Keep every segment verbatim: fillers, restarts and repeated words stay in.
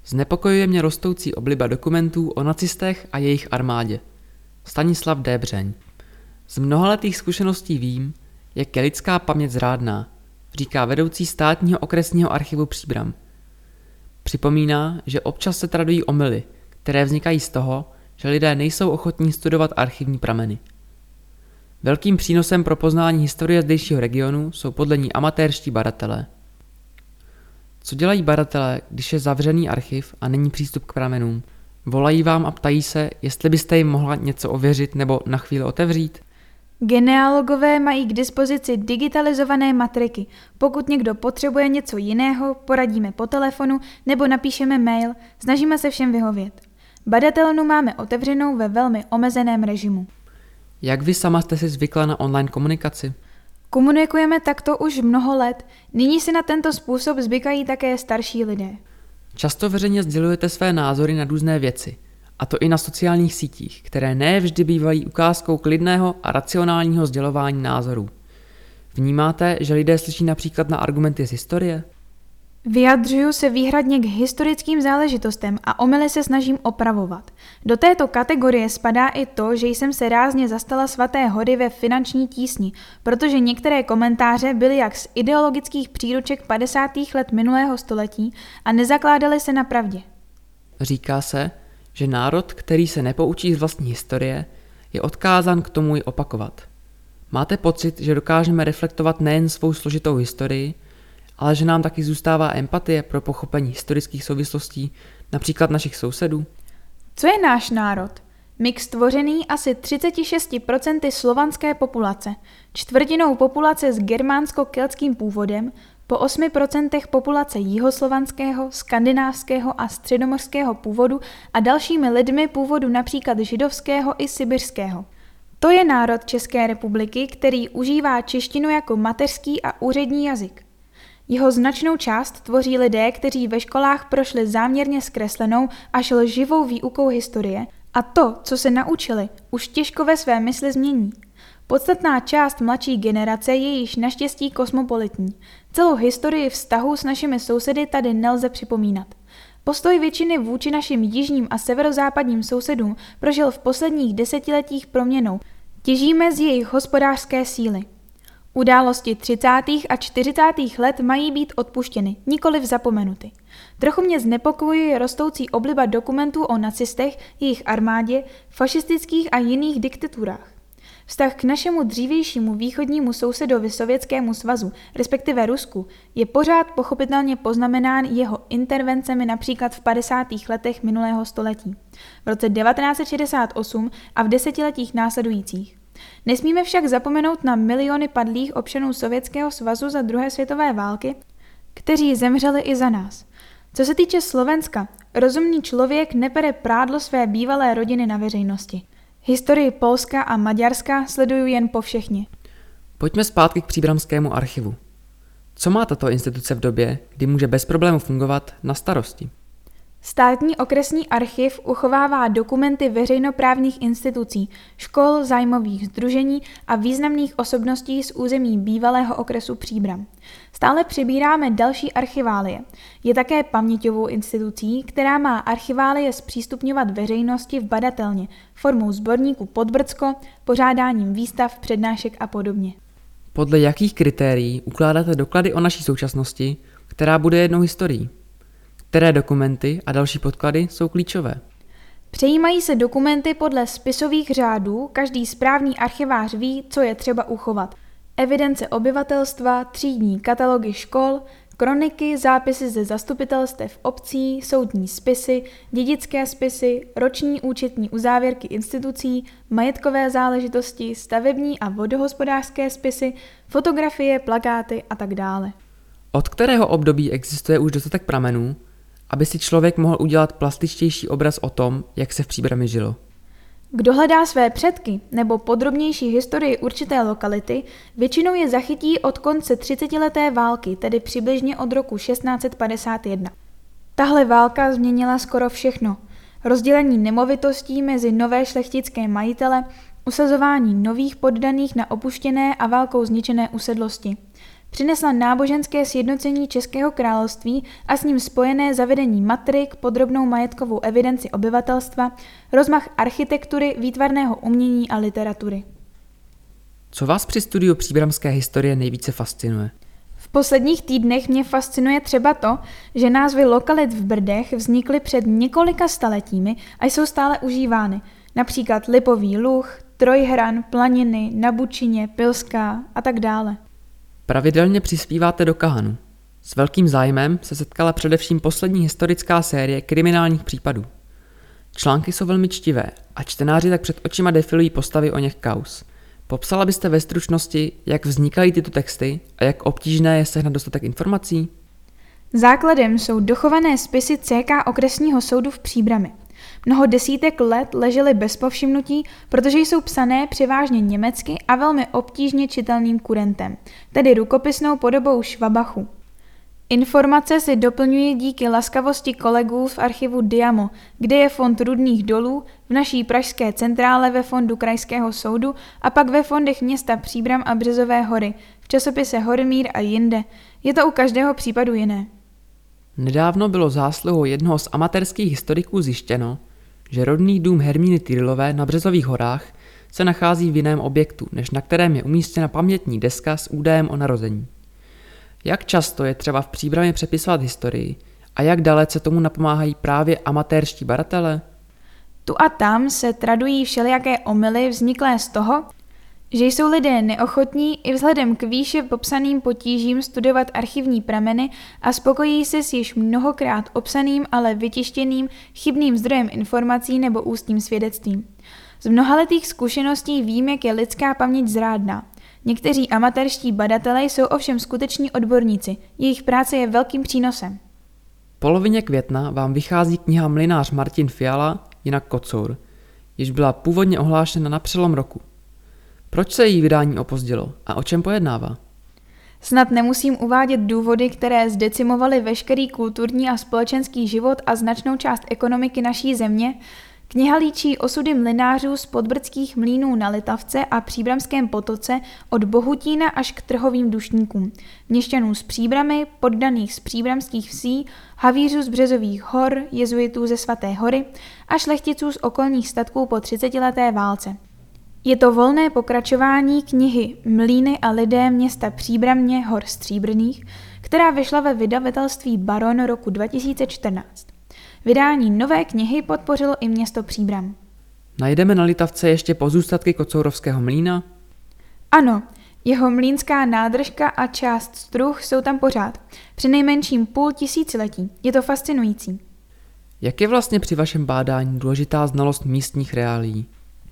Znepokojuje mě rostoucí obliba dokumentů o nacistech a jejich armádě. Stanislav Débřeň. Z mnohaletých zkušeností vím, jak je lidská paměť zrádná, říká vedoucí státního okresního archivu Příbram. Připomíná, že občas se tradují omyly, které vznikají z toho, že lidé nejsou ochotní studovat archivní prameny. Velkým přínosem pro poznání historie zdejšího regionu jsou podle ní amatérští badatelé. Co dělají badatelé, když je zavřený archiv a není přístup k pramenům? Volají vám a ptají se, jestli byste jim mohla něco ověřit nebo na chvíli otevřít? Genealogové mají k dispozici digitalizované matriky. Pokud někdo potřebuje něco jiného, poradíme po telefonu nebo napíšeme mail, snažíme se všem vyhovět. Badatelnu máme otevřenou ve velmi omezeném režimu. Jak vy sama jste si zvykla na online komunikaci? Komunikujeme takto už mnoho let, nyní si na tento způsob zvykají také starší lidé. Často veřejně sdělujete své názory na různé věci, a to i na sociálních sítích, které ne vždy bývají ukázkou klidného a racionálního sdělování názorů. Vnímáte, že lidé slyší například na argumenty z historie? Vyjadřuju se výhradně k historickým záležitostem a omyly se snažím opravovat. Do této kategorie spadá i to, že jsem se rázně zastala Svaté hory ve finanční tísni, protože některé komentáře byly jak z ideologických příruček padesátých let minulého století a nezakládaly se na pravdě. Říká se, že národ, který se nepoučí z vlastní historie, je odkázán k tomu ji opakovat. Máte pocit, že dokážeme reflektovat nejen svou složitou historii, ale že nám taky zůstává empatie pro pochopení historických souvislostí, například našich sousedů? Co je náš národ? Mix tvořený asi třicet šest procent slovanské populace, čtvrtinou populace s germánsko-keltským původem, po osm procent populace jihoslovanského, skandinávského a středomořského původu a dalšími lidmi původu například židovského i sibirského. To je národ České republiky, který užívá češtinu jako mateřský a úřední jazyk. Jeho značnou část tvoří lidé, kteří ve školách prošli záměrně zkreslenou až lživou výukou historie a to, co se naučili, už těžko ve své mysli změní. Podstatná část mladší generace je již naštěstí kosmopolitní. Celou historii vztahu s našimi sousedy tady nelze připomínat. Postoj většiny vůči našim jižním a severozápadním sousedům prožil v posledních desetiletích proměnou. Těžíme z jejich hospodářské síly. Události třicátých a čtyřicátých let mají být odpuštěny, nikoliv zapomenuty. Trochu mě znepokojuje rostoucí obliba dokumentů o nacistech, jejich armádě, fašistických a jiných diktaturách. Vztah k našemu dřívějšímu východnímu sousedovi Sovětskému svazu, respektive Rusku, je pořád pochopitelně poznamenán jeho intervencemi například v padesátých letech minulého století, v roce devatenáct set šedesát osm a v desetiletích následujících. Nesmíme však zapomenout na miliony padlých občanů Sovětského svazu za druhé světové války, kteří zemřeli i za nás. Co se týče Slovenska, rozumný člověk nepere prádlo své bývalé rodiny na veřejnosti. Historii Polska a Maďarska sleduju jen povšechně. Pojďme zpátky k Příbramskému archivu. Co má tato instituce v době, kdy může bez problému fungovat, na starosti? Státní okresní archiv uchovává dokumenty veřejnoprávních institucí, škol, zájmových sdružení a významných osobností z území bývalého okresu Příbram. Stále přibíráme další archiválie. Je také paměťovou institucí, která má archiválie zpřístupňovat veřejnosti v badatelně, formou sborníku Podbrdsko, pořádáním výstav, přednášek a podobně. Podle jakých kritérií ukládáte doklady o naší současnosti, která bude jednou historií? Které dokumenty a další podklady jsou klíčové? Přejímají se dokumenty podle spisových řádů, každý správný archivář ví, co je třeba uchovat. Evidence obyvatelstva, třídní katalogy škol, kroniky, zápisy ze zastupitelstev obcí, soudní spisy, dědické spisy, roční účetní uzávěrky institucí, majetkové záležitosti, stavební a vodohospodářské spisy, fotografie, plakáty a tak dále. Od kterého období existuje už dostatek pramenů, aby si člověk mohl udělat plastičtější obraz o tom, jak se v Příbrami žilo? Kdo hledá své předky nebo podrobnější historii určité lokality, většinou je zachytí od konce třicetileté války, tedy přibližně od roku šestnáct set padesát jedna. Tahle válka změnila skoro všechno. Rozdělení nemovitostí mezi nové šlechtické majitele, usazování nových poddaných na opuštěné a válkou zničené usedlosti. Přinesla náboženské sjednocení Českého království a s ním spojené zavedení matrik, podrobnou majetkovou evidenci obyvatelstva, rozmach architektury, výtvarného umění a literatury. Co vás při studiu příbramské historie nejvíce fascinuje? V posledních týdnech mě fascinuje třeba to, že názvy lokalit v Brdech vznikly před několika staletími a jsou stále užívány, například Lipový Luh, Trojhran, Planiny, Na Bučině, Pilská a tak dále. Pravidelně přispíváte do Kahanu. S velkým zájmem se setkala především poslední historická série kriminálních případů. Články jsou velmi čtivé a čtenáři tak před očima defilují postavy o něch kauz. Popsala byste ve stručnosti, jak vznikají tyto texty a jak obtížné je sehnat dostatek informací? Základem jsou dochované spisy C K okresního soudu v Příbrami. Mnoho desítek let ležely bez povšimnutí, protože jsou psané převážně německy a velmi obtížně čitelným kurentem, tedy rukopisnou podobou švabachu. Informace si doplňují díky laskavosti kolegů v archivu Diamo, kde je fond Rudných dolů, v naší pražské centrále ve fondu Krajského soudu a pak ve fondech města Příbram a Březové hory, v časopise Hormír a jinde. Je to u každého případu jiné. Nedávno bylo zásluhou jednoho z amatérských historiků zjištěno, že rodný dům Hermíny Tyrillové na Březových horách se nachází v jiném objektu, než na kterém je umístěna pamětní deska s údajem o narození. Jak často je třeba v Příbramě přepisovat historii a jak dalece tomu napomáhají právě amatérští badatelé? Tu a tam se tradují všelijaké omyly vzniklé z toho, že jsou lidé neochotní i vzhledem k výše popsaným potížím studovat archivní prameny a spokojí se s již mnohokrát obsaným, ale vytištěným chybným zdrojem informací nebo ústním svědectvím. Z mnohaletých zkušeností vím, jak je lidská paměť zrádná. Někteří amatérští badatelé jsou ovšem skuteční odborníci, jejich práce je velkým přínosem. V polovině května vám vychází kniha Mlynář Martin Fiala, jinak Kocour, jež byla původně ohlášena na přelom roku. Proč se její vydání opozdilo a o čem pojednává? Snad nemusím uvádět důvody, které zdecimovaly veškerý kulturní a společenský život a značnou část ekonomiky naší země. Kniha líčí osudy mlynářů z podbrdských mlýnů na Litavce a Příbramském potoce od Bohutína až k trhovým dušníkům, měšťanů z Příbramy, poddaných z příbramských vsí, havířů z Březových hor, jezuitů ze Svaté hory a šlechticů z okolních statků po třicetileté válce. Je to volné pokračování knihy Mlýny a lidé města Příbramě hor stříbrných, která vyšla ve vydavatelství Baron roku dva tisíce čtrnáct. Vydání nové knihy podpořilo i město Příbram. Najdeme na Litavce ještě pozůstatky Kocourovského mlýna? Ano, jeho mlýnská nádržka a část struh jsou tam pořád. Přinejmenším půl tisíciletí. Je to fascinující. Jak je vlastně při vašem bádání důležitá znalost místních reálií?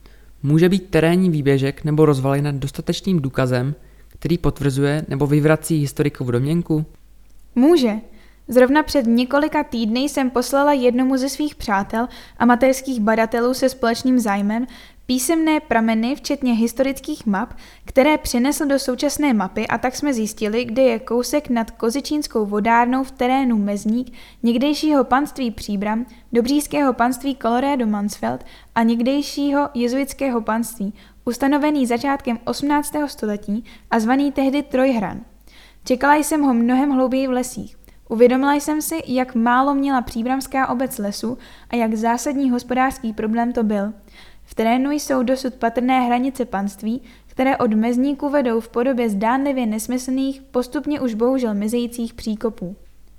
Může být terénní výběžek nebo rozvalina dostatečným důkazem, který potvrzuje nebo vyvrací historikovu domněnku? Může. Zrovna před několika týdny jsem poslala jednomu ze svých přátel, amatérských badatelů se společným zájmem, písemné prameny, včetně historických map, které přenesl do současné mapy a tak jsme zjistili, kde je kousek nad Kozičínskou vodárnou v terénu Mezník, někdejšího panství Příbram, dobříšského panství Colloredo Mansfeld a někdejšího jezuitského panství, ustanovený začátkem osmnáctého století a zvaný tehdy Trojhran. Čekala jsem ho mnohem hlouběji v lesích. Uvědomila jsem si, jak málo měla příbramská obec lesu a jak zásadní hospodářský problém to byl. V terénu jsou dosud patrné hranice panství, které od Mezníku vedou v podobě zdánlivě nesmyslných, postupně už bohužel mizejících příkopů.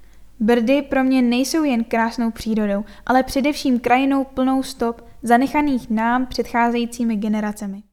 Brdy pro mě nejsou jen krásnou přírodou, ale především krajinou plnou stop, zanechaných nám předcházejícími generacemi.